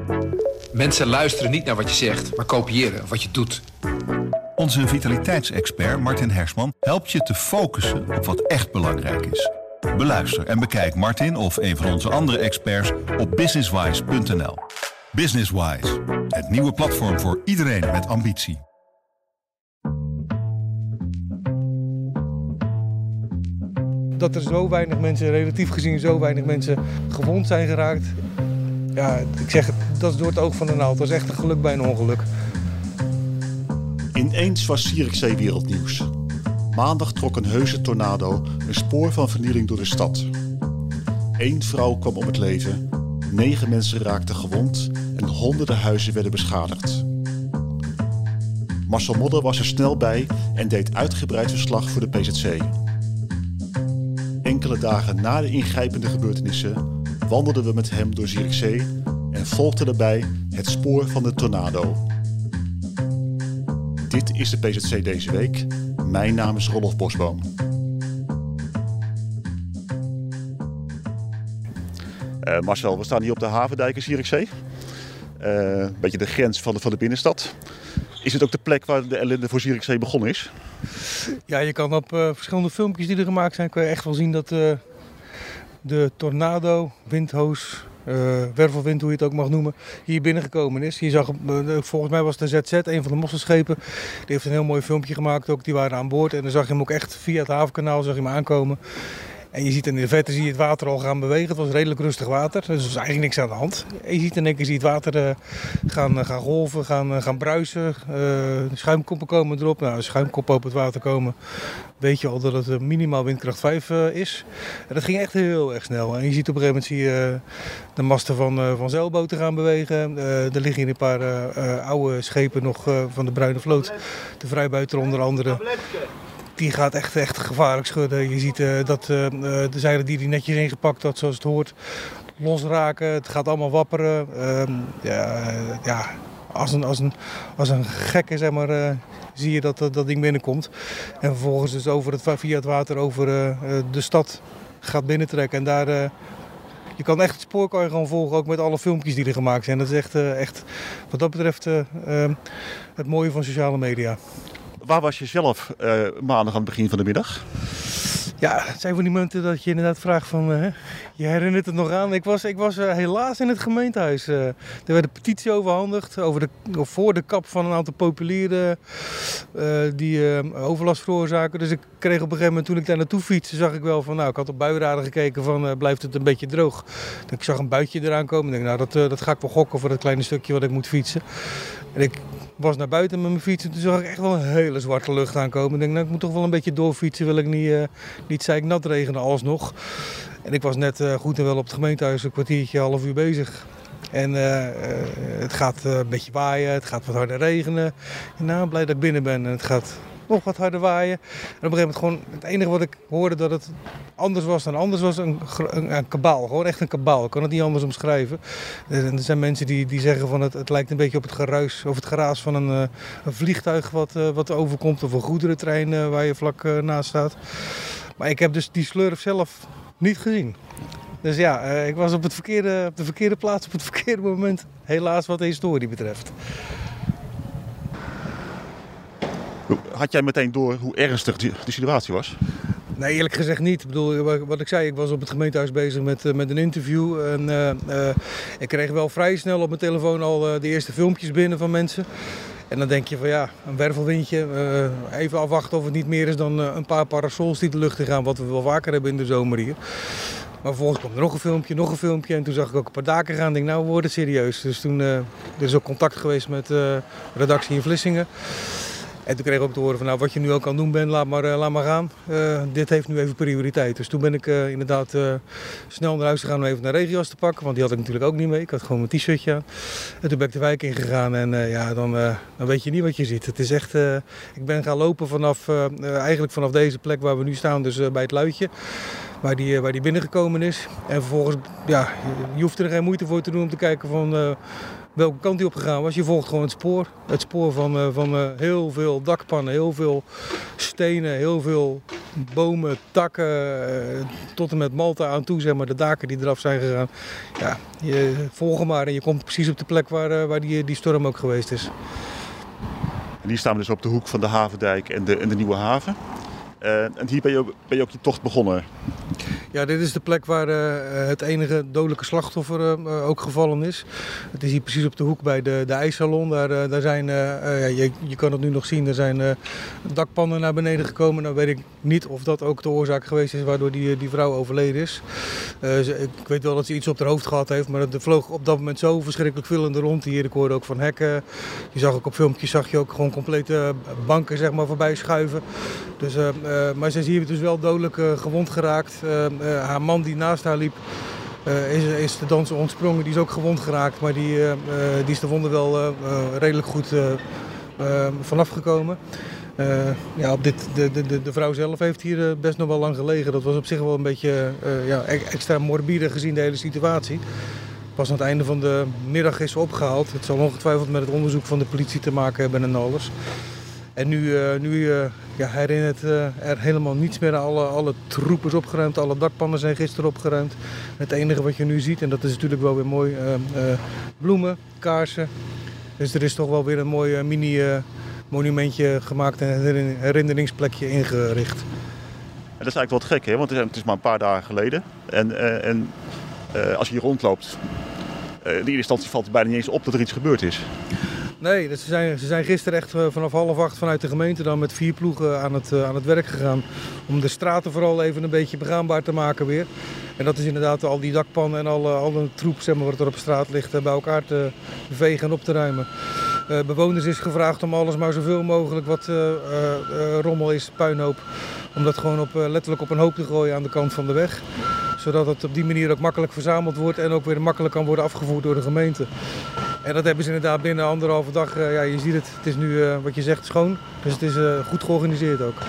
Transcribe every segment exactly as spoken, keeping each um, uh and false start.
Mensen luisteren niet naar wat je zegt, maar kopiëren wat je doet. Onze vitaliteitsexpert Martin Hersman helpt je te focussen op wat echt belangrijk is. Beluister en bekijk Martin of een van onze andere experts op businesswise punt n l. Businesswise, het nieuwe platform voor iedereen met ambitie. Dat er zo weinig mensen, relatief gezien zo weinig mensen gewond zijn geraakt. Ja, ik zeg het, dat is door het oog van de naald. Dat is echt een geluk bij een ongeluk. Ineens was Zierikzee wereldnieuws. Maandag trok een heuse tornado een spoor van vernieling door de stad. Eén vrouw kwam om het leven, negen mensen raakten gewond en honderden huizen werden beschadigd. Marcel Modder was er snel bij en deed uitgebreid verslag voor de P Z C. Enkele dagen na de ingrijpende gebeurtenissen wandelden we met hem door Zierikzee en volgden daarbij het spoor van de tornado. Dit is de P Z C deze week. Mijn naam is Rolf Bosboom. Uh, Marcel, we staan hier op de Havendijk in Zierikzee. Uh, een beetje de grens van de, van de binnenstad. Is het ook de plek waar de ellende voor Zierikzee begonnen is? Ja, je kan op uh, verschillende filmpjes die er gemaakt zijn, kan je echt wel zien dat uh, de tornado, windhoos, uh, wervelwind, hoe je het ook mag noemen, hier binnengekomen is. Je zag, uh, volgens mij was het de Z Z, een van de mosselschepen, die heeft een heel mooi filmpje gemaakt ook, die waren aan boord. En dan zag je hem ook echt via het havenkanaal zag je hem aankomen. En je ziet in de verte zie je het water al gaan bewegen. Het was redelijk rustig water, dus er was eigenlijk niks aan de hand. En je ziet in één keer zie je het water uh, gaan, uh, gaan golven, gaan, uh, gaan bruisen. Uh, schuimkoppen komen erop. Nou, als schuimkoppen op het water komen, weet je al dat het uh, minimaal windkracht vijf uh, is. En dat ging echt heel erg snel. En je ziet op een gegeven moment zie je, uh, de masten van, uh, van zeilboten gaan bewegen. Uh, er liggen hier een paar uh, uh, oude schepen nog uh, van de Bruine Vloot. De Vrijbuiter onder andere. Die gaat echt, echt gevaarlijk schudden. Je ziet uh, dat uh, de zeilen die hij netjes ingepakt had, zoals het hoort, losraken. Het gaat allemaal wapperen. Uh, ja, uh, ja, als, een, als, een, als een gekke, zeg maar, uh, zie je dat, dat dat ding binnenkomt. En vervolgens dus over het, via het water over uh, de stad gaat binnentrekken. En daar, uh, je kan echt het spoor kan je gewoon volgen, ook met alle filmpjes die er gemaakt zijn. Dat is echt, uh, echt wat dat betreft, uh, uh, het mooie van sociale media. Waar was je zelf uh, maandag aan het begin van de middag? Ja, het zijn van die momenten dat je inderdaad vraagt van, uh, je herinnert het nog aan. Ik was, ik was uh, helaas in het gemeentehuis. Uh, er werd een petitie overhandigd over de, of voor de kap van een aantal populieren uh, die uh, overlast veroorzaken. Dus ik kreeg op een gegeven moment, toen ik daar naartoe fietste, zag ik wel van, nou, ik had op buienradar gekeken van, uh, blijft het een beetje droog. Ik zag een buitje eraan komen. Ik denk, nou, dat, uh, dat ga ik wel gokken voor dat kleine stukje wat ik moet fietsen. En ik was naar buiten met mijn fiets en toen zag ik echt wel een hele zwarte lucht aankomen. Ik denk, nou, ik moet toch wel een beetje doorfietsen, wil ik niet, uh, niet zeiknat regenen alsnog. En ik was net uh, goed en wel op het gemeentehuis een kwartiertje, half uur bezig. En uh, uh, het gaat uh, een beetje waaien, het gaat wat harder regenen. En nou, blij dat ik binnen ben en het gaat nog wat harder waaien. En op een gegeven moment gewoon, het enige wat ik hoorde dat het anders was dan anders was, een, een, een kabaal. Gewoon echt een kabaal. Ik kan het niet anders omschrijven. En er zijn mensen die, die zeggen van het, het lijkt een beetje op het geruis of het geraas van een, een vliegtuig wat, wat overkomt of een goederentrein uh, waar je vlak uh, naast staat. Maar ik heb dus die slurf zelf niet gezien. Dus ja, uh, ik was op, het verkeerde, op de verkeerde plaats op het verkeerde moment. Helaas wat de historie betreft. Had jij meteen door hoe ernstig de situatie was? Nee, eerlijk gezegd niet. Ik bedoel, wat ik zei, ik was op het gemeentehuis bezig met, met een interview. En, uh, uh, ik kreeg wel vrij snel op mijn telefoon al uh, de eerste filmpjes binnen van mensen. En dan denk je van ja, een wervelwindje. Uh, even afwachten of het niet meer is dan uh, een paar parasols die de lucht in gaan. Wat we wel vaker hebben in de zomer hier. Maar vervolgens kwam er nog een filmpje, nog een filmpje. En toen zag ik ook een paar daken gaan. Ik denk, nou, we worden serieus. Dus toen uh, er is ook contact geweest met de uh, redactie in Vlissingen. En toen kreeg ik ook te horen van nou, wat je nu ook aan het doen bent, laat maar, uh, laat maar gaan. Uh, dit heeft nu even prioriteit. Dus toen ben ik uh, inderdaad uh, snel naar huis gegaan om even naar regenjas te pakken. Want die had ik natuurlijk ook niet mee. Ik had gewoon mijn t-shirtje aan. En toen ben ik de wijk ingegaan en uh, ja, dan, uh, dan weet je niet wat je ziet. Het is echt, uh, ik ben gaan lopen vanaf, uh, uh, eigenlijk vanaf deze plek waar we nu staan, dus uh, bij het Luitje. waar die, waar die binnengekomen is. En vervolgens, ja, je hoeft er geen moeite voor te doen om te kijken van uh, welke kant hij op gegaan was. Je volgt gewoon het spoor. Het spoor van, uh, van uh, heel veel dakpannen, heel veel stenen, heel veel bomen, takken, uh, tot en met Malta aan toe, zeg maar, de daken die eraf zijn gegaan. Ja, je volgt hem maar en je komt precies op de plek waar, uh, waar die, die storm ook geweest is. En hier staan we dus op de hoek van de Havendijk en de, en de Nieuwe Haven. Uh, en hier ben je, ook, ben je ook je tocht begonnen. Ja, dit is de plek waar uh, het enige dodelijke slachtoffer uh, ook gevallen is. Het is hier precies op de hoek bij de, de ijssalon. Daar, uh, daar zijn, uh, uh, je, je kan het nu nog zien, er zijn uh, dakpannen naar beneden gekomen. Nou weet ik niet of dat ook de oorzaak geweest is waardoor die, die vrouw overleden is. Uh, ze, ik weet wel dat ze iets op haar hoofd gehad heeft, maar er vloog op dat moment zo verschrikkelijk veel in de rond. Hier, ik hoorde ook van hekken. Je zag ook op filmpjes, zag je ook gewoon complete banken, zeg maar, voorbij schuiven. Dus, uh, uh, maar ze is hier dus wel dodelijk uh, gewond geraakt. Uh, uh, haar man die naast haar liep uh, is, is de danser ontsprongen. Die is ook gewond geraakt, maar die, uh, uh, die is de wonden wel uh, uh, redelijk goed uh, uh, vanaf gekomen. Uh, ja, op dit, de, de, de vrouw zelf heeft hier uh, best nog wel lang gelegen. Dat was op zich wel een beetje uh, ja, extra morbide gezien de hele situatie. Pas aan het einde van de middag is ze opgehaald. Het zal ongetwijfeld met het onderzoek van de politie te maken hebben en alles. En nu, uh, nu uh, ja, herinnert uh, er helemaal niets meer aan. Alle, alle troep is opgeruimd, alle dakpannen zijn gisteren opgeruimd. Het enige wat je nu ziet, en dat is natuurlijk wel weer mooi, uh, uh, bloemen, kaarsen. Dus er is toch wel weer een mooi uh, mini-monumentje uh, gemaakt en een herinneringsplekje ingericht. En dat is eigenlijk wat gek, hè? Want het is maar een paar dagen geleden. En, uh, en uh, als je hier rondloopt, uh, in eerste instantie valt het bijna niet eens op dat er iets gebeurd is. Nee, dus ze, zijn, ze zijn gisteren echt vanaf half acht vanuit de gemeente dan met vier ploegen aan het, aan het werk gegaan. Om de straten vooral even een beetje begaanbaar te maken weer. En dat is inderdaad al die dakpannen en alle, alle troep, zeg maar, wat er op straat ligt bij elkaar te vegen en op te ruimen. Uh, bewoners is gevraagd om alles maar zoveel mogelijk wat uh, uh, rommel is, puinhoop. Om dat gewoon op, uh, letterlijk op een hoop te gooien aan de kant van de weg. Zodat het op die manier ook makkelijk verzameld wordt en ook weer makkelijk kan worden afgevoerd door de gemeente. En dat hebben ze inderdaad binnen anderhalve dag, uh, ja, je ziet het, het is nu uh, wat je zegt schoon, dus het is uh, goed georganiseerd ook.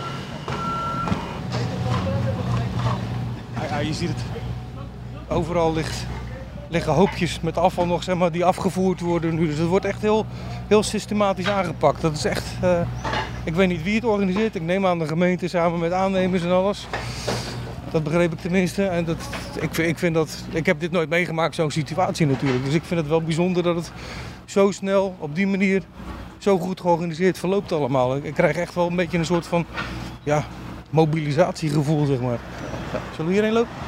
Ja, ja, je ziet het, overal ligt, liggen hoopjes met afval nog, zeg maar, die afgevoerd worden nu. Dus het wordt echt heel, heel systematisch aangepakt. Dat is echt, uh, ik weet niet wie het organiseert, ik neem aan de gemeente samen met aannemers en alles. Dat begreep ik tenminste. En dat, ik, ik, vind dat, ik heb dit nooit meegemaakt, zo'n situatie natuurlijk. Dus ik vind het wel bijzonder dat het zo snel, op die manier, zo goed georganiseerd verloopt allemaal. Ik, ik krijg echt wel een beetje een soort van ja, mobilisatiegevoel, zeg maar. Ja, zullen we hierheen lopen?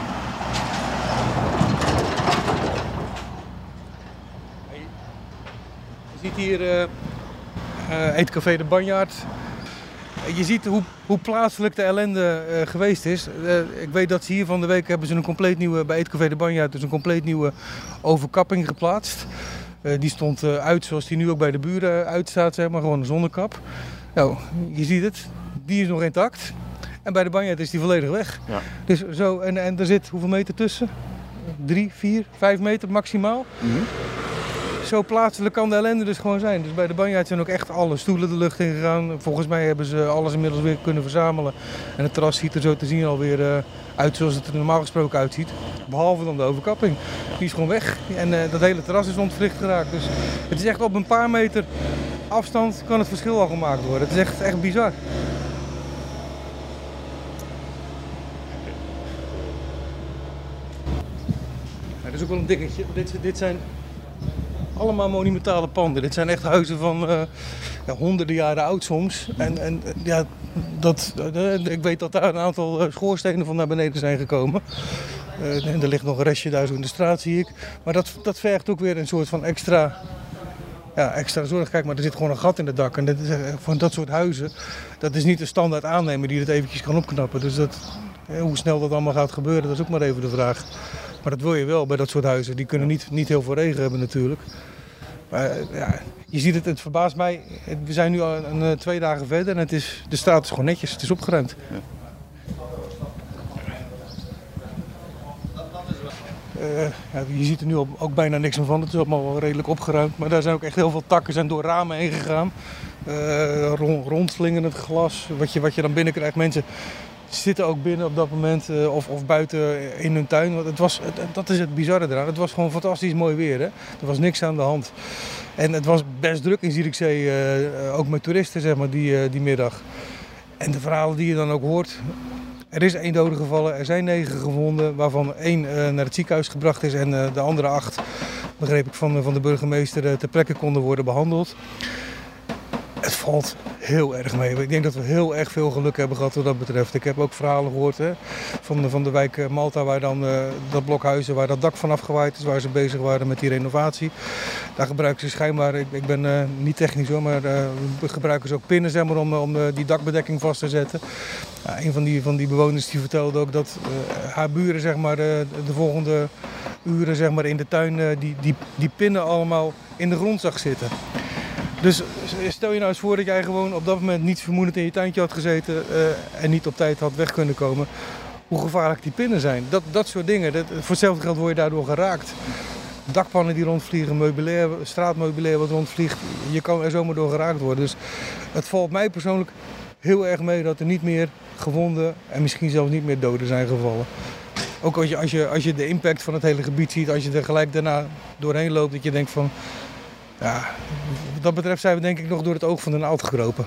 Je ziet hier uh, uh, Eetcafé de Banjaard. Je ziet hoe, hoe plaatselijk de ellende uh, geweest is. Uh, ik weet dat ze hier van de week hebben ze een compleet nieuwe, bij Eetcafé de Banjaard, dus een compleet nieuwe overkapping geplaatst. Uh, die stond uh, uit zoals die nu ook bij de buren uitstaat, zeg maar, gewoon een zonnekap. Nou, je ziet het, die is nog intact. En bij de Banjaard is die volledig weg. Ja. Dus zo, en, en er zit hoeveel meter tussen? Drie, vier, vijf meter maximaal. Mm-hmm. Zo plaatselijk kan de ellende dus gewoon zijn. Dus bij de Banjaard zijn ook echt alle stoelen de lucht in gegaan. Volgens mij hebben ze alles inmiddels weer kunnen verzamelen. En het terras ziet er zo te zien alweer uh, uit zoals het er normaal gesproken uitziet. Behalve dan de overkapping. Die is gewoon weg. En uh, dat hele terras is ontwricht geraakt. Dus het is echt op een paar meter afstand kan het verschil al gemaakt worden. Het is echt, echt bizar. Ja, dit is ook wel een dikketje. Dit, dit zijn allemaal monumentale panden. Dit zijn echt huizen van uh, ja, honderden jaren oud soms. En, en ja, dat, uh, ik weet dat daar een aantal uh, schoorstenen van naar beneden zijn gekomen. Uh, en er ligt nog een restje daar zo in de straat, zie ik. Maar dat, dat vergt ook weer een soort van extra, ja, extra zorg. Kijk, maar er zit gewoon een gat in het dak. En dat is, uh, van dat soort huizen, dat is niet een standaard aannemer die het eventjes kan opknappen. Dus dat, uh, hoe snel dat allemaal gaat gebeuren, dat is ook maar even de vraag. Maar dat wil je wel bij dat soort huizen. Die kunnen niet, niet heel veel regen hebben natuurlijk. Maar ja, je ziet het, het verbaast mij. We zijn nu al een, een, twee dagen verder en het is, de straat is gewoon netjes. Het is opgeruimd. Ja. Uh, ja, je ziet er nu ook bijna niks meer van. Het is allemaal wel redelijk opgeruimd. Maar daar zijn ook echt heel veel takken zijn door ramen heen gegaan. Uh, rond, rondslingerend glas. Wat je, wat je dan binnenkrijgt. Mensen zitten ook binnen op dat moment uh, of, of buiten in hun tuin. Want het was, het, dat is het bizarre eraan. Het was gewoon fantastisch mooi weer. Hè? Er was niks aan de hand. En het was best druk in Zierikzee, uh, ook met toeristen zeg maar, die, uh, die middag. En de verhalen die je dan ook hoort. Er is één dode gevallen, er zijn negen gevonden, waarvan één uh, naar het ziekenhuis gebracht is en uh, de andere acht, begreep ik van, van de burgemeester, uh, ter plekke konden worden behandeld. Het valt heel erg mee. Ik denk dat we heel erg veel geluk hebben gehad wat dat betreft. Ik heb ook verhalen gehoord hè, van, de, van de wijk Malta, waar dan uh, dat blok huizen, waar dat dak vanaf gewaaid is, waar ze bezig waren met die renovatie. Daar gebruiken ze schijnbaar, ik, ik ben uh, niet technisch hoor, maar uh, gebruiken ze ook pinnen zeg maar, om, om uh, die dakbedekking vast te zetten. Ja, een van die, van die bewoners die vertelde ook dat uh, haar buren zeg maar, uh, de volgende uren zeg maar, in de tuin uh, die, die, die pinnen allemaal in de grond zag zitten. Dus stel je nou eens voor dat jij gewoon op dat moment niet vermoedend in je tuintje had gezeten uh, en niet op tijd had weg kunnen komen. Hoe gevaarlijk die pinnen zijn. Dat, dat soort dingen. Dat, voor hetzelfde geld word je daardoor geraakt. Dakpannen die rondvliegen, meubilair, straatmeubilair wat rondvliegt. Je kan er zomaar door geraakt worden. Dus het valt mij persoonlijk heel erg mee dat er niet meer gewonden en misschien zelfs niet meer doden zijn gevallen. Ook als je, als je, als je de impact van het hele gebied ziet, als je er gelijk daarna doorheen loopt, dat je denkt van... Ja, wat dat betreft zijn we denk ik nog door het oog van de naald gekropen.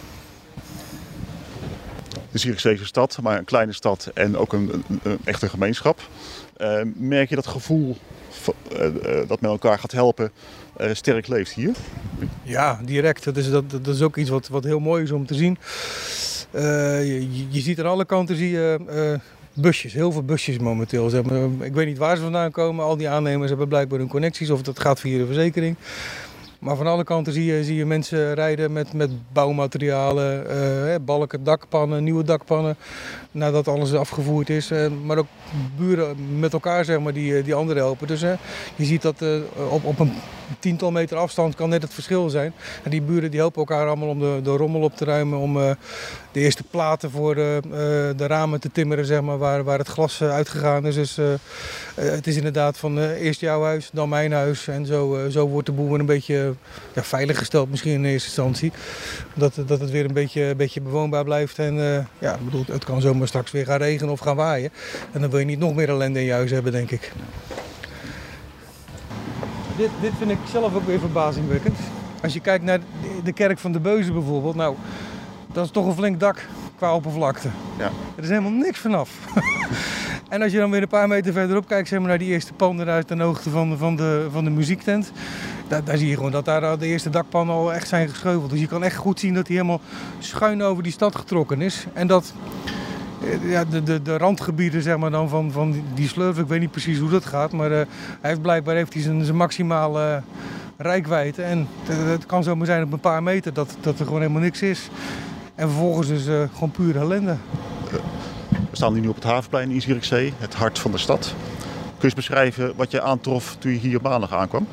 De Zierikzeese stad, maar een kleine stad en ook een, een, een echte gemeenschap. Uh, merk je dat gevoel uh, uh, dat met elkaar gaat helpen uh, sterk leeft hier? Ja, direct. Dat is, dat, dat is ook iets wat, wat heel mooi is om te zien. Uh, je, je ziet aan alle kanten zie je... Uh, busjes, heel veel busjes momenteel. Zeg maar. Ik weet niet waar ze vandaan komen. Al die aannemers hebben blijkbaar hun connecties of dat gaat via de verzekering. Maar van alle kanten zie je, zie je mensen rijden met, met bouwmaterialen, uh, balken, dakpannen, nieuwe dakpannen. Nadat alles afgevoerd is. Uh, maar ook buren met elkaar zeg maar, die, die anderen helpen. Dus uh, je ziet dat uh, op, op een tiental meter afstand kan net het verschil zijn. En die buren die helpen elkaar allemaal om de, de rommel op te ruimen. Om uh, de eerste platen voor uh, de ramen te timmeren zeg maar, waar, waar het glas uh, uitgegaan is. Dus uh, uh, het is inderdaad van uh, eerst jouw huis, dan mijn huis. En zo, uh, zo wordt de boel een beetje ja, veilig gesteld misschien in eerste instantie. Dat, dat het weer een beetje, een beetje bewoonbaar blijft. En uh, ja, ik bedoel, het kan zomaar straks weer gaan regenen of gaan waaien. En dan wil je niet nog meer ellende in je huis hebben, denk ik. Dit, dit vind ik zelf ook weer verbazingwekkend. Als je kijkt naar de kerk van de Beuzen bijvoorbeeld, nou, dat is toch een flink dak qua oppervlakte. Ja. Er is helemaal niks vanaf. En als je dan weer een paar meter verderop kijkt, zeg maar naar die eerste panden uit ten hoogte van, van, de, van de muziektent, daar, daar zie je gewoon dat daar de eerste dakpannen al echt zijn gescheuveld. Dus je kan echt goed zien dat hij helemaal schuin over die stad getrokken is. En dat ja, de, de, de randgebieden zeg maar, dan van, van die slurf, ik weet niet precies hoe dat gaat, maar uh, hij heeft blijkbaar heeft hij zijn, zijn maximale uh, reikwijdte. En het, het kan zomaar zijn op een paar meter dat, dat er gewoon helemaal niks is. En vervolgens is uh, gewoon pure ellende. We staan nu op het Havenplein in Zierikzee, het hart van de stad. Kun je eens beschrijven wat je aantrof toen je hier maandag aankwam?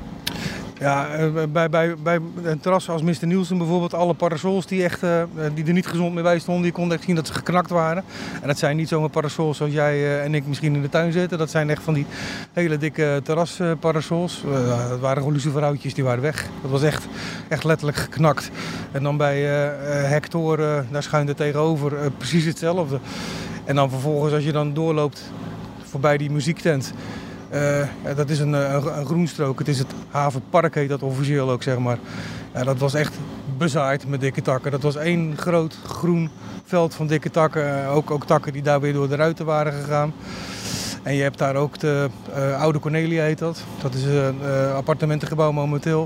Ja, bij, bij, bij een terras als mister Nielsen bijvoorbeeld, alle parasols die, echt, uh, die er niet gezond meer bij stonden, je kon echt zien dat ze geknakt waren. En dat zijn niet zomaar parasols zoals jij uh, en ik misschien in de tuin zitten. Dat zijn echt van die hele dikke terrasparasols. Uh, dat waren gewoon luciferhoutjes, die waren weg. Dat was echt, echt letterlijk geknakt. En dan bij uh, Hector, uh, daar schuin er tegenover, uh, precies hetzelfde. En dan vervolgens als je dan doorloopt voorbij die muziektent. Uh, ja, dat is een, een, een groenstrook. Het is het Havenpark heet dat officieel ook, zeg maar. Ja, dat was echt bezaaid met dikke takken. Dat was één groot groen veld van dikke takken. Uh, ook, ook takken die daar weer door de ruiten waren gegaan. En je hebt daar ook de uh, Oude Cornelia heet dat. Dat is een uh, appartementengebouw momenteel.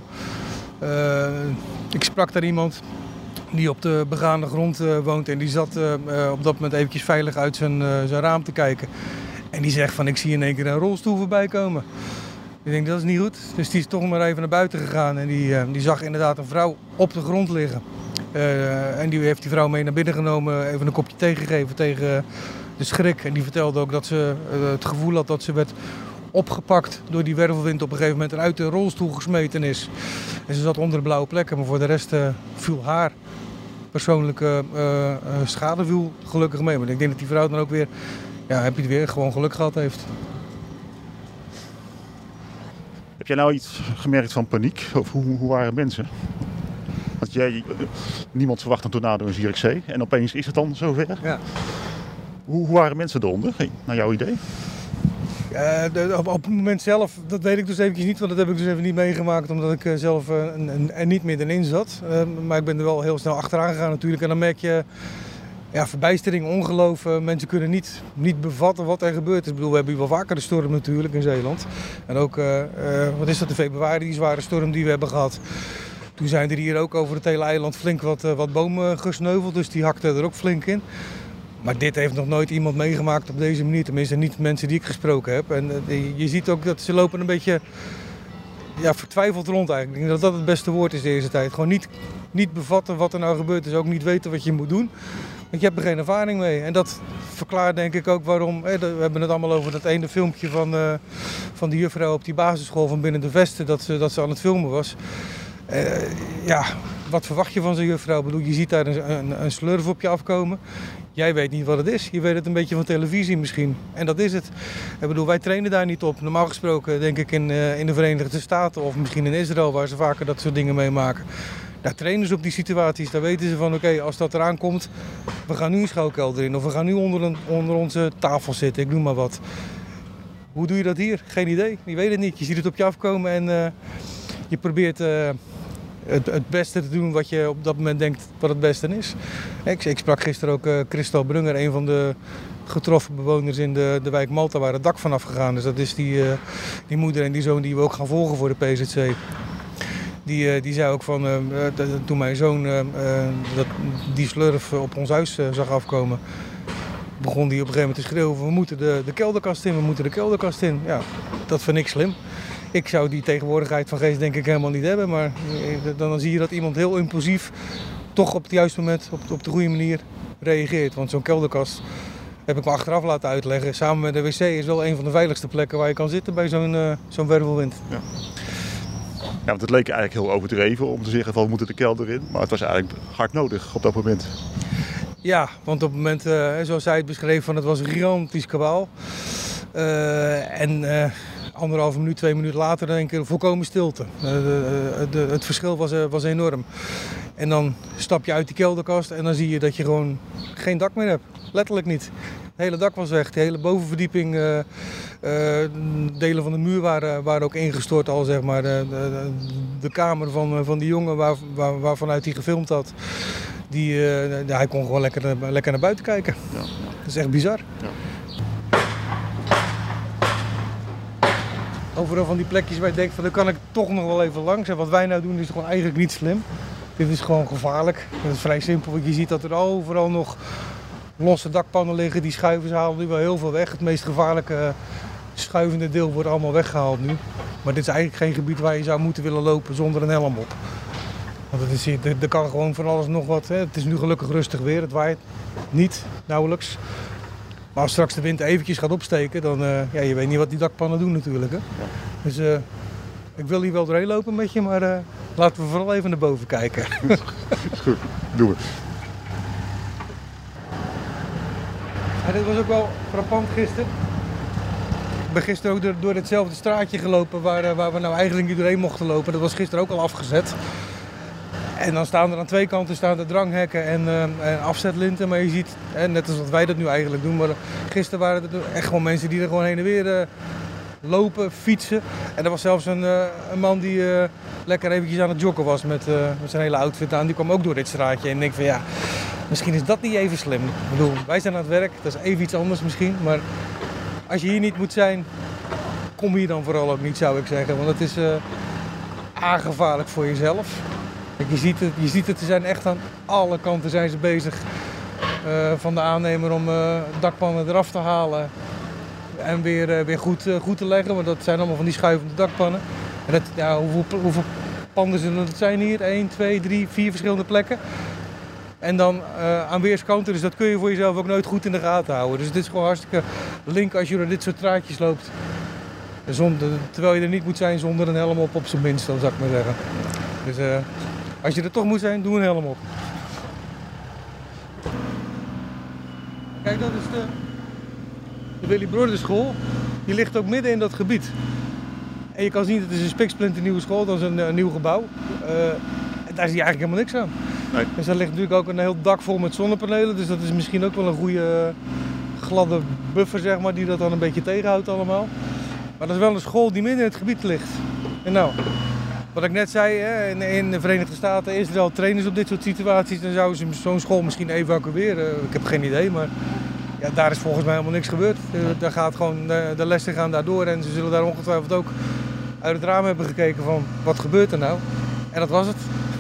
Uh, ik sprak daar iemand die op de begaande grond uh, woont. En die zat uh, uh, op dat moment eventjes veilig uit zijn, uh, zijn raam te kijken. En die zegt van, ik zie in één keer een rolstoel voorbij komen. Ik denk, dat is niet goed. Dus die is toch maar even naar buiten gegaan. En die, uh, die zag inderdaad een vrouw op de grond liggen. Uh, en die heeft die vrouw mee naar binnen genomen. Even een kopje thee gegeven tegen de schrik. En die vertelde ook dat ze uh, het gevoel had dat ze werd opgepakt door die wervelwind op een gegeven moment. En uit de rolstoel gesmeten is. En ze zat onder de blauwe plekken. Maar voor de rest uh, viel haar persoonlijke uh, uh, schade viel gelukkig mee. Maar ik denk dat die vrouw dan ook weer... Ja, heb je het weer gewoon geluk gehad heeft. Heb jij nou iets gemerkt van paniek? Of hoe, hoe waren mensen? Want jij, niemand verwacht een tornado in Zierikzee en opeens is het dan zover? Ja. Hoe, hoe waren mensen eronder, naar jouw idee? Uh, de, op, op het moment zelf, dat weet ik dus eventjes niet, want dat heb ik dus even niet meegemaakt omdat ik uh, zelf uh, er niet meer in zat. Uh, maar ik ben er wel heel snel achteraan gegaan natuurlijk en dan merk je ja, verbijstering, ongeloof. Uh, mensen kunnen niet, niet bevatten wat er gebeurt is. Ik bedoel, we hebben hier wel vaker de storm natuurlijk in Zeeland. En ook, uh, uh, wat is dat, in februari, die zware storm die we hebben gehad. Toen zijn er hier ook over het hele eiland flink wat, uh, wat bomen gesneuveld, dus die hakten er ook flink in. Maar dit heeft nog nooit iemand meegemaakt op deze manier. Tenminste, niet mensen die ik gesproken heb. En uh, je ziet ook dat ze lopen een beetje ja, vertwijfeld rond eigenlijk. Ik denk dat dat het beste woord is deze tijd. Gewoon niet, niet bevatten wat er nou gebeurt is. Ook niet weten wat je moet doen. Want je hebt er geen ervaring mee. En dat verklaart denk ik ook waarom... Eh, we hebben het allemaal over dat ene filmpje van, uh, van die juffrouw op die basisschool van Binnen de Vesten. Dat ze, dat ze aan het filmen was. Uh, ja, wat verwacht je van zo'n juffrouw? Ik bedoel, je ziet daar een, een, een slurf op je afkomen. Jij weet niet wat het is. Je weet het een beetje van televisie misschien. En dat is het. Ik bedoel, wij trainen daar niet op. Normaal gesproken denk ik in, uh, in de Verenigde Staten of misschien in Israël, waar ze vaker dat soort dingen meemaken. Daar trainen ze op die situaties. Daar weten ze van, oké, okay, als dat eraan komt, we gaan nu een schuilkelder in. Of we gaan nu onder, een, onder onze tafel zitten. Ik noem maar wat. Hoe doe je dat hier? Geen idee. Je weet het niet. Je ziet het op je afkomen en uh, je probeert... Uh, Het, het beste te doen wat je op dat moment denkt wat het beste is. Ik, ik sprak gisteren ook uh, Christel Brunger, een van de getroffen bewoners in de, de wijk Malta waar het dak vanaf gegaan is. Dat is die, uh, die moeder en die zoon die we ook gaan volgen voor de P Z C. Die, uh, die zei ook van, uh, uh, toen mijn zoon uh, uh, dat, die slurf op ons huis uh, zag afkomen, begon die op een gegeven moment te schreeuwen, we moeten de, de kelderkast in, we moeten de kelderkast in. Ja, dat vind ik slim. Ik zou die tegenwoordigheid van geest denk ik helemaal niet hebben, maar dan zie je dat iemand heel impulsief toch op het juiste moment, op, op de goede manier reageert. Want zo'n kelderkast, heb ik me achteraf laten uitleggen, samen met de wc is wel een van de veiligste plekken waar je kan zitten bij zo'n uh, zo'n wervelwind. Ja. Ja, want het leek eigenlijk heel overdreven om te zeggen van we moeten de kelder in, maar het was eigenlijk hard nodig op dat moment. Ja, want op het moment, uh, zoals zij het beschreef, van het was een gigantisch kabaal. Uh, en... Uh, Anderhalve minuut, twee minuten later denk ik volkomen stilte. Uh, de, de, het verschil was, uh, was enorm. En dan stap je uit die kelderkast en dan zie je dat je gewoon geen dak meer hebt. Letterlijk niet. Het hele dak was weg. De hele bovenverdieping, uh, uh, delen van de muur waren, waren ook ingestort al, zeg maar. De, de, de kamer van, van die jongen waar, waar, waarvanuit hij gefilmd had, die, uh, hij kon gewoon lekker, lekker naar buiten kijken. Ja, ja. Dat is echt bizar. Ja. Overal van die plekjes waar je denkt van daar kan ik toch nog wel even langs. En wat wij nou doen is gewoon eigenlijk niet slim. Dit is gewoon gevaarlijk. Dat is vrij simpel, want je ziet dat er overal nog losse dakpannen liggen. Die schuiven, ze halen nu wel heel veel weg. Het meest gevaarlijke schuivende deel wordt allemaal weggehaald nu. Maar dit is eigenlijk geen gebied waar je zou moeten willen lopen zonder een helm op. Want het is, er kan gewoon van alles nog wat. Hè. Het is nu gelukkig rustig weer, het waait niet, nauwelijks. Maar als straks de wind eventjes gaat opsteken, dan uh, ja, je weet niet wat die dakpannen doen natuurlijk. Hè? Ja. Dus uh, ik wil hier wel doorheen lopen met je, maar uh, laten we vooral even naar boven kijken. Is goed, doen we. Ja, dit was ook wel frappant gisteren. Ik ben gisteren ook door, door hetzelfde straatje gelopen waar, uh, waar we nou eigenlijk niet doorheen mochten lopen. Dat was gisteren ook al afgezet. En dan staan er aan twee kanten staan de dranghekken en, uh, en afzetlinten. Maar je ziet, hè, net als wat wij dat nu eigenlijk doen, maar gisteren waren er echt gewoon mensen die er gewoon heen en weer uh, lopen, fietsen. En er was zelfs een, uh, een man die uh, lekker eventjes aan het joggen was met, uh, met zijn hele outfit aan. Die kwam ook door dit straatje en ik denk van ja, misschien is dat niet even slim. Ik bedoel, wij zijn aan het werk, dat is even iets anders misschien. Maar als je hier niet moet zijn, kom hier dan vooral ook niet, zou ik zeggen. Want het is uh, aangevaarlijk voor jezelf. Je ziet, het, je ziet het, ze zijn echt aan alle kanten zijn ze bezig uh, van de aannemer om uh, dakpannen eraf te halen en weer, uh, weer goed, uh, goed te leggen, want dat zijn allemaal van die schuivende dakpannen. En dat, ja, hoeveel, hoeveel panden zullen het zijn hier? één, twee, drie, vier verschillende plekken. En dan uh, aan weerskanten, dus dat kun je voor jezelf ook nooit goed in de gaten houden. Dus het is gewoon hartstikke link als je door dit soort straatjes loopt. Zonder, terwijl je er niet moet zijn zonder een helm op op zijn minst, dan zou ik maar zeggen. Dus uh, als je er toch moet zijn, doe een helm op. Kijk, dat is de, de Willy Broeder school. Die ligt ook midden in dat gebied. En je kan zien, het is een spiksplinternieuwe school, dat is een, een nieuw gebouw. Uh, en daar zie je eigenlijk helemaal niks aan. Nee. Dus daar ligt natuurlijk ook een heel dak vol met zonnepanelen. Dus dat is misschien ook wel een goede gladde buffer, zeg maar, die dat dan een beetje tegenhoudt allemaal. Maar dat is wel een school die midden in het gebied ligt. En nou, wat ik net zei, hè, in, in de Verenigde Staten, Israël trainen ze op dit soort situaties. Dan zouden ze zo'n school misschien evacueren. Ik heb geen idee, maar ja, daar is volgens mij helemaal niks gebeurd. Daar gaat gewoon, de, de lessen gaan daardoor en ze zullen daar ongetwijfeld ook uit het raam hebben gekeken van wat gebeurt er nou. En dat was het.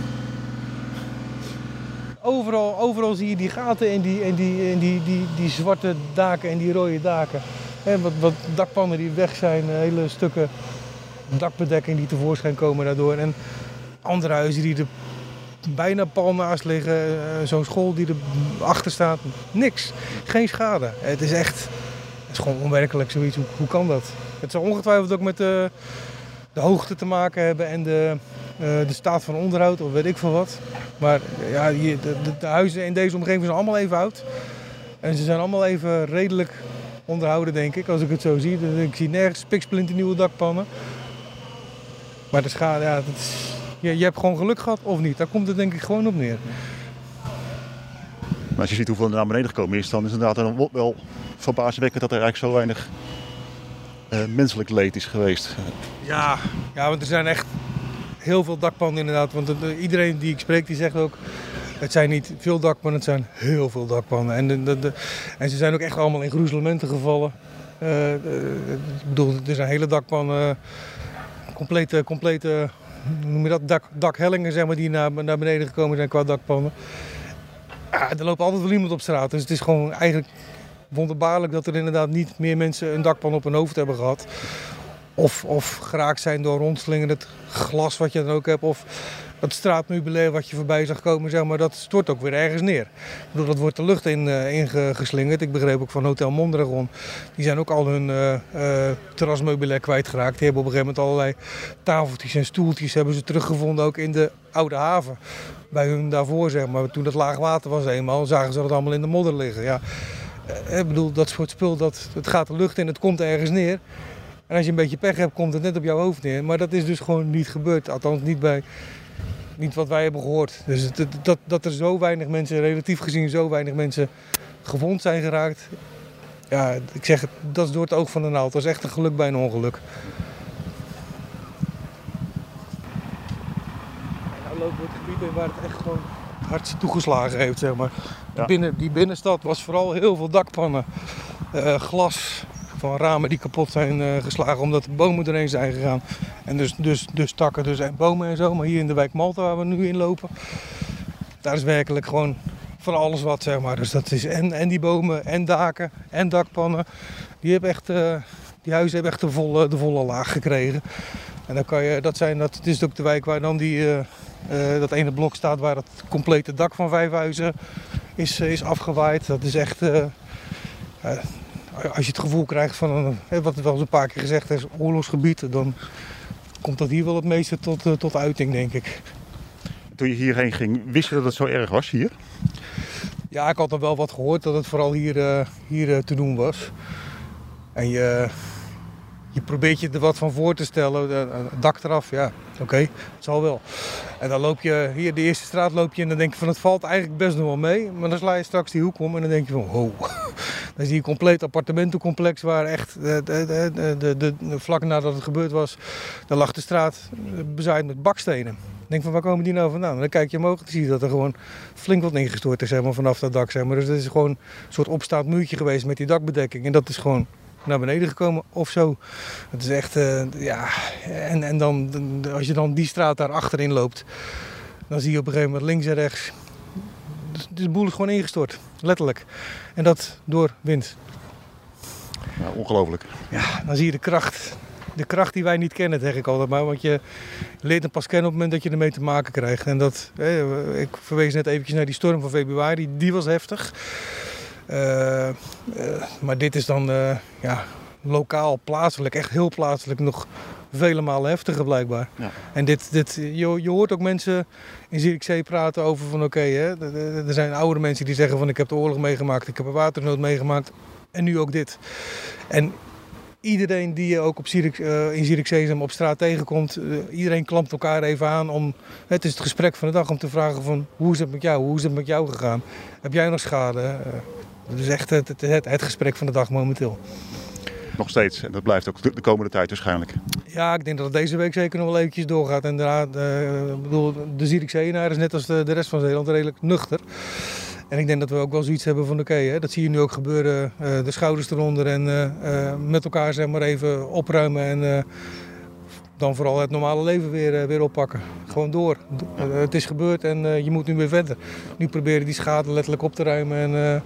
Overal, overal zie je die gaten in die, in die, in die, die, die zwarte daken en die rode daken. En wat, wat dakpannen die weg zijn, hele stukken dakbedekking die tevoorschijn komen daardoor. En andere huizen die er bijna pal naast liggen, zo'n school die erachter staat, niks. Geen schade. Het is echt, het is gewoon onwerkelijk zoiets. Hoe, hoe kan dat? Het zal ongetwijfeld ook met de, de hoogte te maken hebben en de, uh, de staat van onderhoud of weet ik veel wat. Maar ja, hier, de, de, de huizen in deze omgeving zijn allemaal even oud. En ze zijn allemaal even redelijk onderhouden, denk ik, als ik het zo zie. Ik zie nergens spiksplinternieuwe dakpannen. Maar de schade, ja, dat is, je, je hebt gewoon geluk gehad of niet. Daar komt het denk ik gewoon op neer. Maar als je ziet hoeveel er naar beneden gekomen is, dan is het inderdaad wel verbazingwekkend dat er eigenlijk zo weinig uh, menselijk leed is geweest. Ja, ja, want er zijn echt heel veel dakpannen inderdaad. Want het, iedereen die ik spreek, die zegt ook, het zijn niet veel dakpannen, het zijn heel veel dakpannen. En, de, de, de, en ze zijn ook echt allemaal in gruzelementen gevallen. Uh, de, ik bedoel, er zijn hele dakpannen, complete, complete hoe noem je dat, dak, dakhellingen zeg maar, die naar, naar beneden gekomen zijn qua dakpannen. Ja, er loopt altijd wel iemand op straat, dus het is gewoon eigenlijk wonderbaarlijk dat er inderdaad niet meer mensen een dakpan op hun hoofd hebben gehad. Of, of geraakt zijn door rondslingerend glas wat je dan ook hebt. Of dat straatmeubilair wat je voorbij zag komen, zeg maar, dat stort ook weer ergens neer. Ik bedoel, dat wordt de lucht in, uh, ingeslingerd. Ik begreep ook van Hotel Mondragon. Die zijn ook al hun uh, uh, terrasmeubilair kwijtgeraakt. Die hebben op een gegeven moment allerlei tafeltjes en stoeltjes hebben ze teruggevonden ook in de Oude Haven. Bij hun daarvoor, zeg maar. Toen het laag water was eenmaal, zagen ze dat allemaal in de modder liggen. Ja, uh, ik bedoel, dat soort spul, dat, het gaat de lucht in, het komt ergens neer. En als je een beetje pech hebt, komt het net op jouw hoofd neer. Maar dat is dus gewoon niet gebeurd. Althans niet bij, niet wat wij hebben gehoord. Dus het, dat, dat er zo weinig mensen, relatief gezien zo weinig mensen gewond zijn geraakt. Ja, ik zeg het, dat is door het oog van de naald. Dat is echt een geluk bij een ongeluk. Nou lopen we het gebied in waar het echt gewoon hard toegeslagen heeft, zeg maar. Ja. Binnen, die binnenstad was vooral heel veel dakpannen, uh, glas van ramen die kapot zijn uh, geslagen omdat de bomen erheen zijn gegaan. En dus, dus, dus takken dus, en bomen en zo. Maar hier in de wijk Malta waar we nu in lopen, daar is werkelijk gewoon van alles wat, zeg maar. Dus dat is en, en die bomen en daken en dakpannen. Die, hebben echt, uh, die huizen hebben echt de volle, de volle laag gekregen. En dan kan je, dat, zijn, dat het is ook de wijk waar dan die, uh, uh, dat ene blok staat waar het complete dak van vijf huizen is, uh, is afgewaaid. Dat is echt... Uh, uh, Als je het gevoel krijgt van, een, wat wel eens een paar keer gezegd is, oorlogsgebied, dan komt dat hier wel het meeste tot, tot uiting, denk ik. Toen je hierheen ging, wist je dat het zo erg was hier? Ja, ik had al wel wat gehoord dat het vooral hier, uh, hier uh, te doen was. En je, je probeert je er wat van voor te stellen, uh, dak eraf, ja, oké, okay, het zal wel. En dan loop je, hier de eerste straat loop je en dan denk je van het valt eigenlijk best nog wel mee. Maar dan sla je straks die hoek om en dan denk je van wow. Dan zie je een compleet appartementencomplex waar echt, de, de, de, de, de, vlak nadat het gebeurd was, dan lag de straat bezaaid met bakstenen. Ik denk van waar komen die nou vandaan? En dan kijk je omhoog en zie je dat er gewoon flink wat ingestort is, zeg maar, vanaf dat dak. Zeg maar. Dus het is gewoon een soort opstaand muurtje geweest met die dakbedekking. En dat is gewoon naar beneden gekomen of zo. Het is echt, uh, ja, en, en dan, als je dan die straat daar achterin loopt, dan zie je op een gegeven moment links en rechts, de boel is gewoon ingestort, letterlijk. En dat door wind. Ja, ongelooflijk. Ja, dan zie je de kracht. De kracht die wij niet kennen, zeg ik altijd maar. Want je leert hem pas kennen op het moment dat je ermee te maken krijgt. En dat, eh, ik verwees net eventjes naar die storm van februari, die was heftig. Uh, uh, maar dit is dan uh, ja, lokaal, plaatselijk, echt heel plaatselijk nog vele malen heftiger blijkbaar. Ja. En dit, dit, je, je hoort ook mensen in Zierikzee praten over van oké, okay, er zijn oudere mensen die zeggen van ik heb de oorlog meegemaakt, ik heb een watersnood meegemaakt en nu ook dit. En iedereen die je ook op Zierik, uh, in Zierikzee op straat tegenkomt, uh, iedereen klampt elkaar even aan om, het is het gesprek van de dag om te vragen van hoe is het met jou, hoe is het met jou gegaan? Heb jij nog schade? Uh, dat is echt het, het, het gesprek van de dag momenteel. Nog steeds. En dat blijft ook de komende tijd waarschijnlijk. Ja, ik denk dat het deze week zeker nog wel eventjes doorgaat. En daarna, de, ik bedoel, de Zierikzeeënaar is net als de, de rest van Zeeland redelijk nuchter. En ik denk dat we ook wel zoiets hebben van oké, okay, dat zie je nu ook gebeuren. Uh, de schouders eronder en uh, uh, met elkaar zeg maar even opruimen. En uh, dan vooral het normale leven weer, uh, weer oppakken. Gewoon door. Uh, het is gebeurd en uh, je moet nu weer verder. Nu proberen die schade letterlijk op te ruimen. En, uh,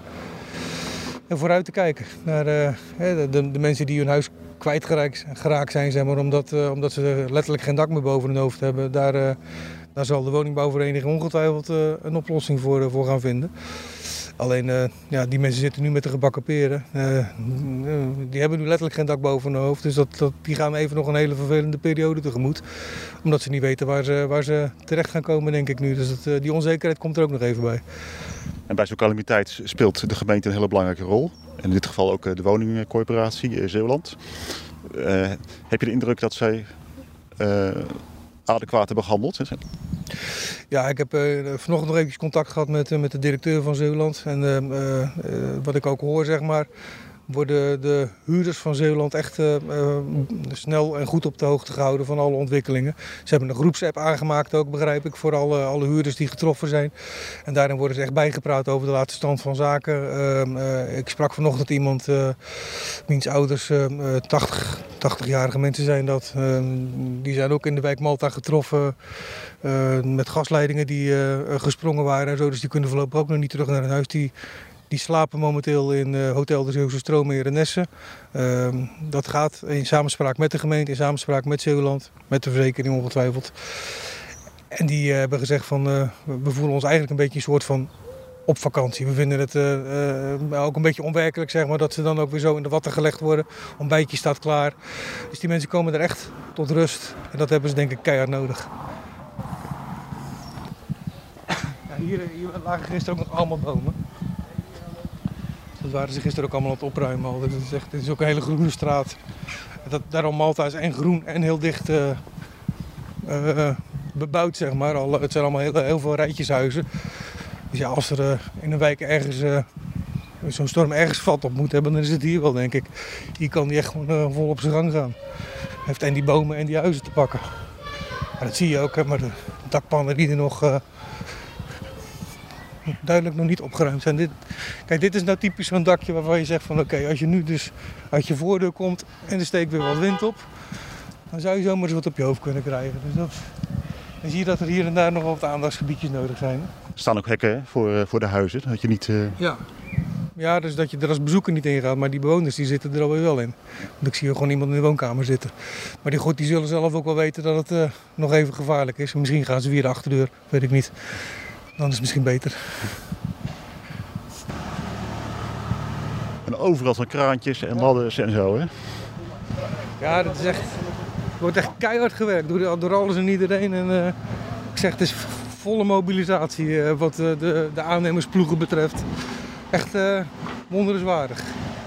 En vooruit te kijken naar uh, de, de, de mensen die hun huis kwijtgeraakt zijn, zeg maar, omdat, uh, omdat ze letterlijk geen dak meer boven hun hoofd hebben. Daar, uh, daar zal de woningbouwvereniging ongetwijfeld uh, een oplossing voor, uh, voor gaan vinden. Alleen, uh, ja, die mensen zitten nu met de gebakken peren. Uh, die hebben nu letterlijk geen dak boven hun hoofd. Dus dat, dat, die gaan even nog een hele vervelende periode tegemoet. Omdat ze niet weten waar ze, waar ze terecht gaan komen, denk ik nu. Dus dat, uh, die onzekerheid komt er ook nog even bij. En bij zo'n calamiteit speelt de gemeente een hele belangrijke rol. En in dit geval ook de woningcorporatie Zeeuwland. Uh, heb je de indruk dat zij uh, adequaat hebben gehandeld? Ja, ik heb uh, vanochtend nog even contact gehad met, uh, met de directeur van Zeeuwland. En uh, uh, wat ik ook hoor, zeg maar, worden de huurders van Zeeuwland echt uh, uh, snel en goed op de hoogte gehouden van alle ontwikkelingen. Ze hebben een groepsapp aangemaakt ook, begrijp ik, voor alle, alle huurders die getroffen zijn. En daarin worden ze echt bijgepraat over de laatste stand van zaken. Uh, uh, ik sprak vanochtend iemand, uh, wiens ouders uh, tachtig, tachtig-jarige mensen zijn dat. Uh, die zijn ook in de wijk Malta getroffen uh, met gasleidingen die uh, gesprongen waren en zo. Dus die kunnen voorlopig ook nog niet terug naar hun huis. Die, Die slapen momenteel in uh, Hotel de Zeeuwse Stroom in Renesse. Uh, dat gaat in samenspraak met de gemeente, in samenspraak met Zeeuwland, met de verzekering ongetwijfeld. En die uh, hebben gezegd van, uh, we voelen ons eigenlijk een beetje een soort van op vakantie. We vinden het uh, uh, ook een beetje onwerkelijk, zeg maar, dat ze dan ook weer zo in de watten gelegd worden. Ontbijtje staat klaar. Dus die mensen komen er echt tot rust. En dat hebben ze denk ik keihard nodig. Ja, hier, hier lagen gisteren ook nog allemaal bomen. Dat waren ze gisteren ook allemaal aan het opruimen al. Dus het is echt, het is ook een hele groene straat. Dat, daarom Malta is en groen en heel dicht uh, uh, bebouwd, zeg maar. Al, het zijn allemaal heel, heel veel rijtjeshuizen. Dus ja, als er uh, in een wijk ergens uh, zo'n storm ergens vat op moet hebben, dan is het hier wel, denk ik. Hier kan die echt gewoon uh, vol op zijn gang gaan. Hij heeft en die bomen en die huizen te pakken. Ja, dat zie je ook, hè, maar de dakpannen die er nog... Uh, duidelijk nog niet opgeruimd zijn. Dit, kijk, dit is nou typisch zo'n dakje waarvan je zegt van oké, okay, als je nu dus uit je voordeur komt en er steekt weer wat wind op, dan zou je zomaar eens wat op je hoofd kunnen krijgen. Dus dat, dan zie je dat er hier en daar nog wat aandachtsgebiedjes nodig zijn. Hè? Er staan ook hekken hè, voor, uh, voor de huizen, dat je niet... Uh... Ja. Ja, dus dat je er als bezoeker niet in gaat, maar die bewoners die zitten er alweer wel in. Want ik zie gewoon iemand in de woonkamer zitten. Maar die, goed, die zullen zelf ook wel weten dat het uh, nog even gevaarlijk is. Misschien gaan ze via de achterdeur, weet ik niet. Dan is het misschien beter. En overal zijn kraantjes en ladders en zo, hè? Ja, dat is echt... Er wordt echt keihard gewerkt door, door alles en iedereen. En uh, ik zeg, het is volle mobilisatie uh, wat uh, de, de aannemersploegen betreft. Echt uh, wonderenswaardig.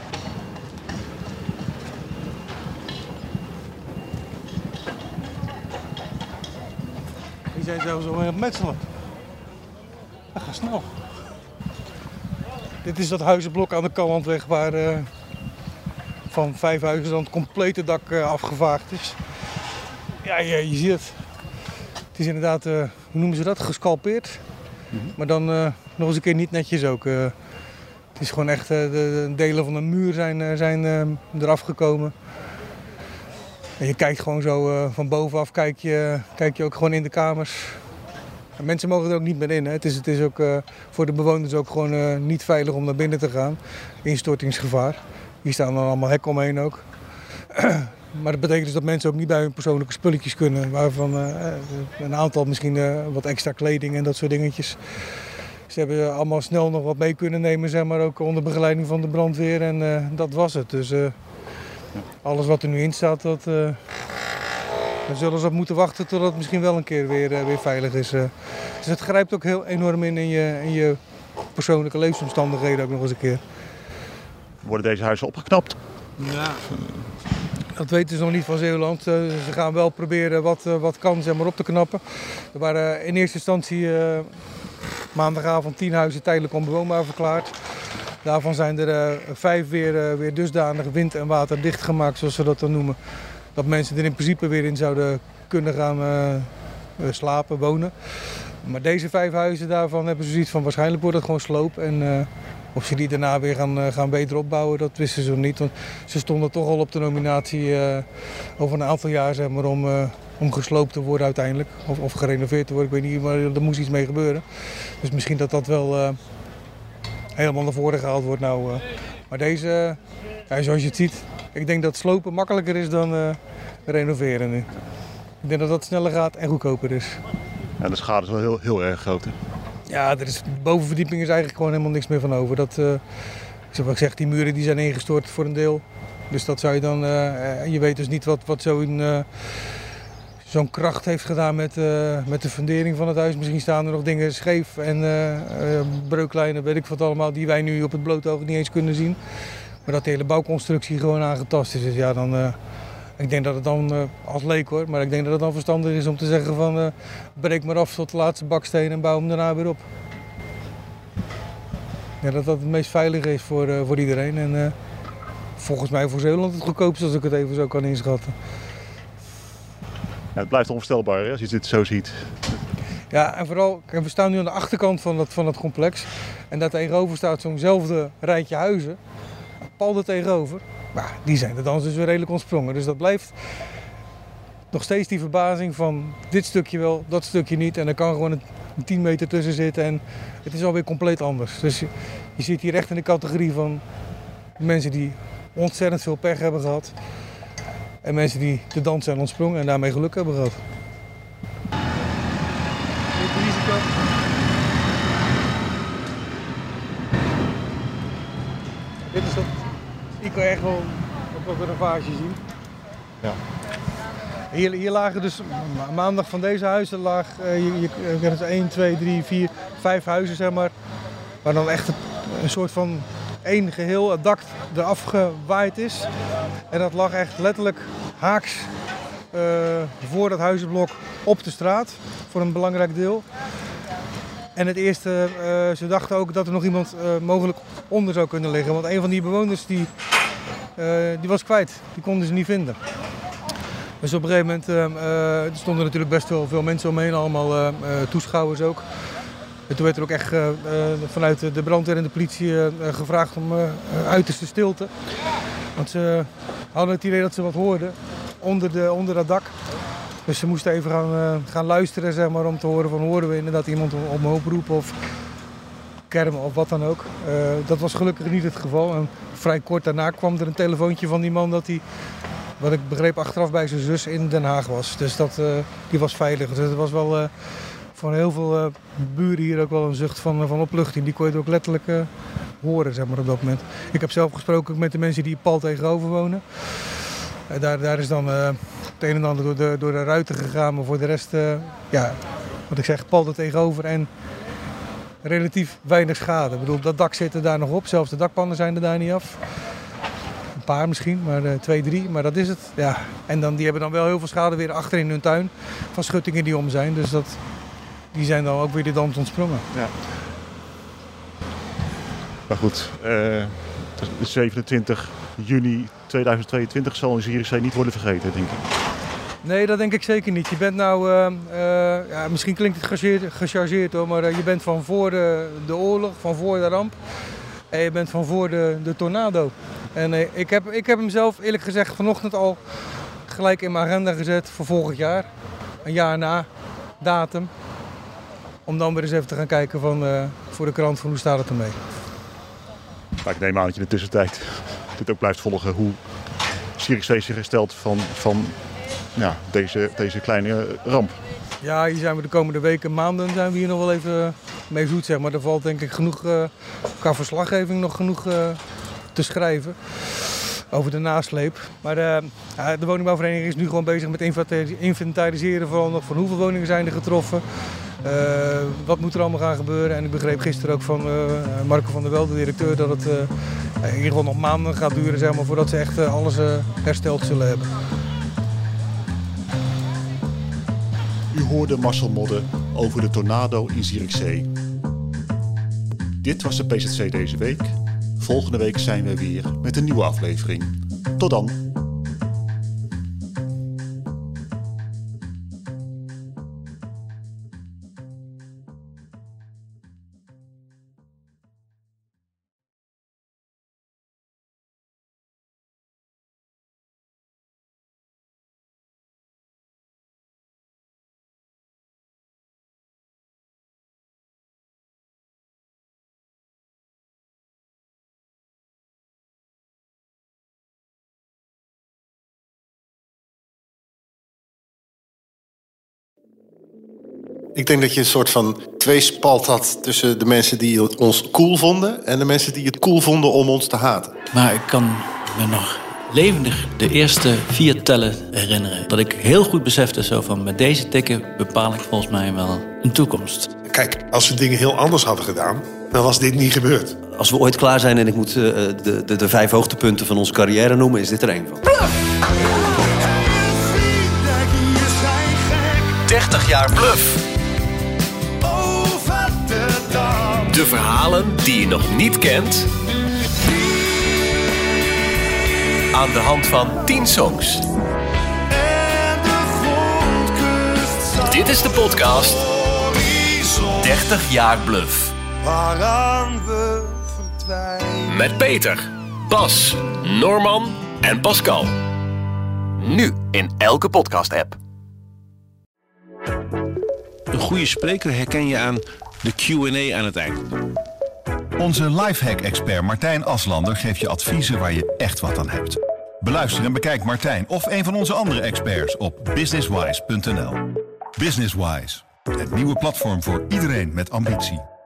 Die zijn zelfs al aan het metselen. Dat gaat snel. Dit is dat huizenblok aan de Kallandweg waar uh, van vijf huizen dan het complete dak uh, afgevaagd is. Ja, ja, je ziet het. Het is inderdaad, uh, hoe noemen ze dat, gescalpeerd. Mm-hmm. Maar dan uh, nog eens een keer niet netjes ook. Uh, het is gewoon echt, uh, de, de delen van de muur zijn, uh, zijn uh, eraf gekomen. En je kijkt gewoon zo uh, van bovenaf, kijk je, kijk je ook gewoon in de kamers. En mensen mogen er ook niet meer in. Hè. Het is, het is ook uh, voor de bewoners ook gewoon uh, niet veilig om naar binnen te gaan. Instortingsgevaar. Hier staan dan allemaal hekken omheen ook. Maar dat betekent dus dat mensen ook niet bij hun persoonlijke spulletjes kunnen. Waarvan uh, een aantal misschien uh, wat extra kleding en dat soort dingetjes. Ze hebben allemaal snel nog wat mee kunnen nemen, zeg maar, ook onder begeleiding van de brandweer. En uh, dat was het. Dus uh, alles wat er nu in staat, dat... Uh, Dan zullen ze op moeten wachten totdat het misschien wel een keer weer, uh, weer veilig is. Uh. Dus het grijpt ook heel enorm in in je, in je persoonlijke levensomstandigheden ook nog eens een keer. Worden deze huizen opgeknapt? Ja. Dat weten ze nog niet van Zeeuwland. Uh, ze gaan wel proberen wat, uh, wat kan, zeg maar, op te knappen. Er waren in eerste instantie uh, maandagavond tien huizen tijdelijk onbewoonbaar verklaard. Daarvan zijn er uh, vijf weer, uh, weer dusdanig wind- en waterdicht gemaakt, zoals ze dat dan noemen. Dat mensen er in principe weer in zouden kunnen gaan uh, uh, slapen, wonen. Maar deze vijf huizen daarvan hebben ze zoiets van waarschijnlijk wordt het gewoon sloop. En uh, of ze die daarna weer gaan, uh, gaan beter opbouwen, dat wisten ze nog niet. Want ze stonden toch al op de nominatie uh, over een aantal jaar, zeg maar, om, uh, om gesloopt te worden uiteindelijk. Of, of gerenoveerd te worden, ik weet niet, maar er moest iets mee gebeuren. Dus misschien dat dat wel uh, helemaal naar voren gehaald wordt nou. Uh. Maar deze, uh, ja, zoals je het ziet, ik denk dat slopen makkelijker is dan uh, renoveren nu. Ik denk dat dat sneller gaat en goedkoper is. Ja, de schade is wel heel, heel erg groot. Hè? Ja, er is, de bovenverdieping is eigenlijk gewoon helemaal niks meer van over. Dat, uh, zoals ik zeg, die muren die zijn ingestort voor een deel. Dus dat zou je dan, uh, je weet dus niet wat, wat zo'n uh, zo'n kracht heeft gedaan met, uh, met de fundering van het huis. Misschien staan er nog dingen scheef en uh, uh, breuklijnen, weet ik wat allemaal, die wij nu op het blote oog niet eens kunnen zien. Maar dat de hele bouwconstructie gewoon aangetast is. Dus ja, dan, uh, ik denk dat het dan, uh, als leek hoor, maar ik denk dat het dan verstandig is om te zeggen van uh, breek maar af tot de laatste baksteen en bouw hem daarna weer op. Ja, dat dat het meest veilige is voor, uh, voor iedereen. En uh, volgens mij voor Zeeland het goedkoopste, als ik het even zo kan inschatten. Ja, het blijft onvoorstelbaar hè, als je dit zo ziet. Ja, en vooral, kijk, we staan nu aan de achterkant van het, van het complex. En daar tegenover staat zo'nzelfde rijtje huizen. Pal er tegenover. Maar die zijn er dan dus weer redelijk ontsprongen. Dus dat blijft nog steeds die verbazing van dit stukje wel, dat stukje niet. En er kan gewoon een, een tien meter tussen zitten en het is alweer compleet anders. Dus je, je zit hier echt in de categorie van mensen die ontzettend veel pech hebben gehad. En mensen die de dans zijn ontsprongen en daarmee geluk hebben gehad. Risico. Dit is dat. Ik kan echt wel op een ravage zien. Ja. Hier, hier lagen dus ma maandag van deze huizen lag uh, je, je, je, één, twee, drie, vier, vijf huizen zeg maar. Waar dan echt een, een soort van één geheel, het dak eraf gewaaid is. En dat lag echt letterlijk haaks uh, voor dat huizenblok op de straat, voor een belangrijk deel. En het eerste, uh, ze dachten ook dat er nog iemand uh, mogelijk onder zou kunnen liggen. Want een van die bewoners die, uh, die was kwijt, die konden ze niet vinden. Dus op een gegeven moment uh, uh, er stonden natuurlijk best wel veel mensen omheen, allemaal uh, uh, toeschouwers ook. En toen werd er ook echt uh, uh, vanuit de brandweer en de politie uh, gevraagd om uh, uiterste stilte. Want ze hadden het idee dat ze wat hoorden onder, de, onder dat dak. Dus ze moesten even gaan, uh, gaan luisteren zeg maar, om te horen van horen we inderdaad iemand om, om hulp roepen of kermen of wat dan ook. Uh, dat was gelukkig niet het geval. En vrij kort daarna kwam er een telefoontje van die man dat hij, wat ik begreep, achteraf bij zijn zus in Den Haag was. Dus dat, uh, die was veilig. Dus het was wel uh, voor heel veel uh, buren hier ook wel een zucht van, van opluchting. Die kon je ook letterlijk uh, horen zeg maar, op dat moment. Ik heb zelf gesproken met de mensen die pal tegenover wonen. Uh, daar, daar is dan uh, het een en ander door de, door de ruiten gegaan, maar voor de rest, uh, ja, wat ik zeg, pal er tegenover en relatief weinig schade. Ik bedoel, dat dak zit er daar nog op, zelfs de dakpannen zijn er daar niet af. Een paar misschien, maar uh, twee, drie, maar dat is het. Ja. En dan, die hebben dan wel heel veel schade weer achter in hun tuin van schuttingen die om zijn. Dus dat, die zijn dan ook weer de dans ontsprongen. Ja. Maar goed, uh, zevenentwintig juni tweeduizend tweeëntwintig zal in Zierikzee niet worden vergeten, denk ik. Nee, dat denk ik zeker niet. Je bent nou, uh, uh, ja, misschien klinkt het gechargeerd, gechargeerd hoor, maar uh, je bent van voor de, de oorlog, van voor de ramp. En je bent van voor de, de tornado. En uh, ik, heb, ik heb hem zelf eerlijk gezegd vanochtend al gelijk in mijn agenda gezet voor volgend jaar. Een jaar na datum. Om dan weer eens even te gaan kijken van, uh, voor de krant van hoe staat het ermee. Maar ik neem aan dat je in de tussentijd dit ook blijft volgen hoe Zierikzee zich herstelt van, van ja, deze, deze kleine ramp. Ja, hier zijn we de komende weken, maanden zijn we hier nog wel even mee zoet, zeg maar. Er valt denk ik genoeg, uh, qua verslaggeving nog genoeg uh, te schrijven over de nasleep. Maar uh, ja, de woningbouwvereniging is nu gewoon bezig met inventariseren vooral nog van hoeveel woningen zijn er getroffen. Uh, wat moet er allemaal gaan gebeuren? En ik begreep gisteren ook van uh, Marco van der Wel, de directeur, dat het uh, in ieder geval nog maanden gaat duren zeg maar, voordat ze echt uh, alles uh, hersteld zullen hebben. U hoorde Marcel Modde over de tornado in Zierikzee. Dit was de P Z C deze week. Volgende week zijn we weer met een nieuwe aflevering. Tot dan! Ik denk dat je een soort van tweespalt had tussen de mensen die ons cool vonden en de mensen die het cool vonden om ons te haten. Maar ik kan me nog levendig de eerste vier tellen herinneren. Dat ik heel goed besefte zo van met deze tikken bepaal ik volgens mij wel een toekomst. Kijk, als we dingen heel anders hadden gedaan, dan was dit niet gebeurd. Als we ooit klaar zijn en ik moet uh, de, de, de vijf hoogtepunten van onze carrière noemen, is dit er één van. dertig jaar Bluff. De verhalen die je nog niet kent. Aan de hand van tien songs. Dit is de podcast dertig jaar Bluff. Waaraan we verdwijnen. Met Peter, Bas, Norman en Pascal. Nu in elke podcast-app. Een goede spreker herken je aan de Q en A aan het eind. Onze lifehack-expert Martijn Aslander geeft je adviezen waar je echt wat aan hebt. Beluister en bekijk Martijn of een van onze andere experts op businesswise punt n l. Businesswise, het nieuwe platform voor iedereen met ambitie.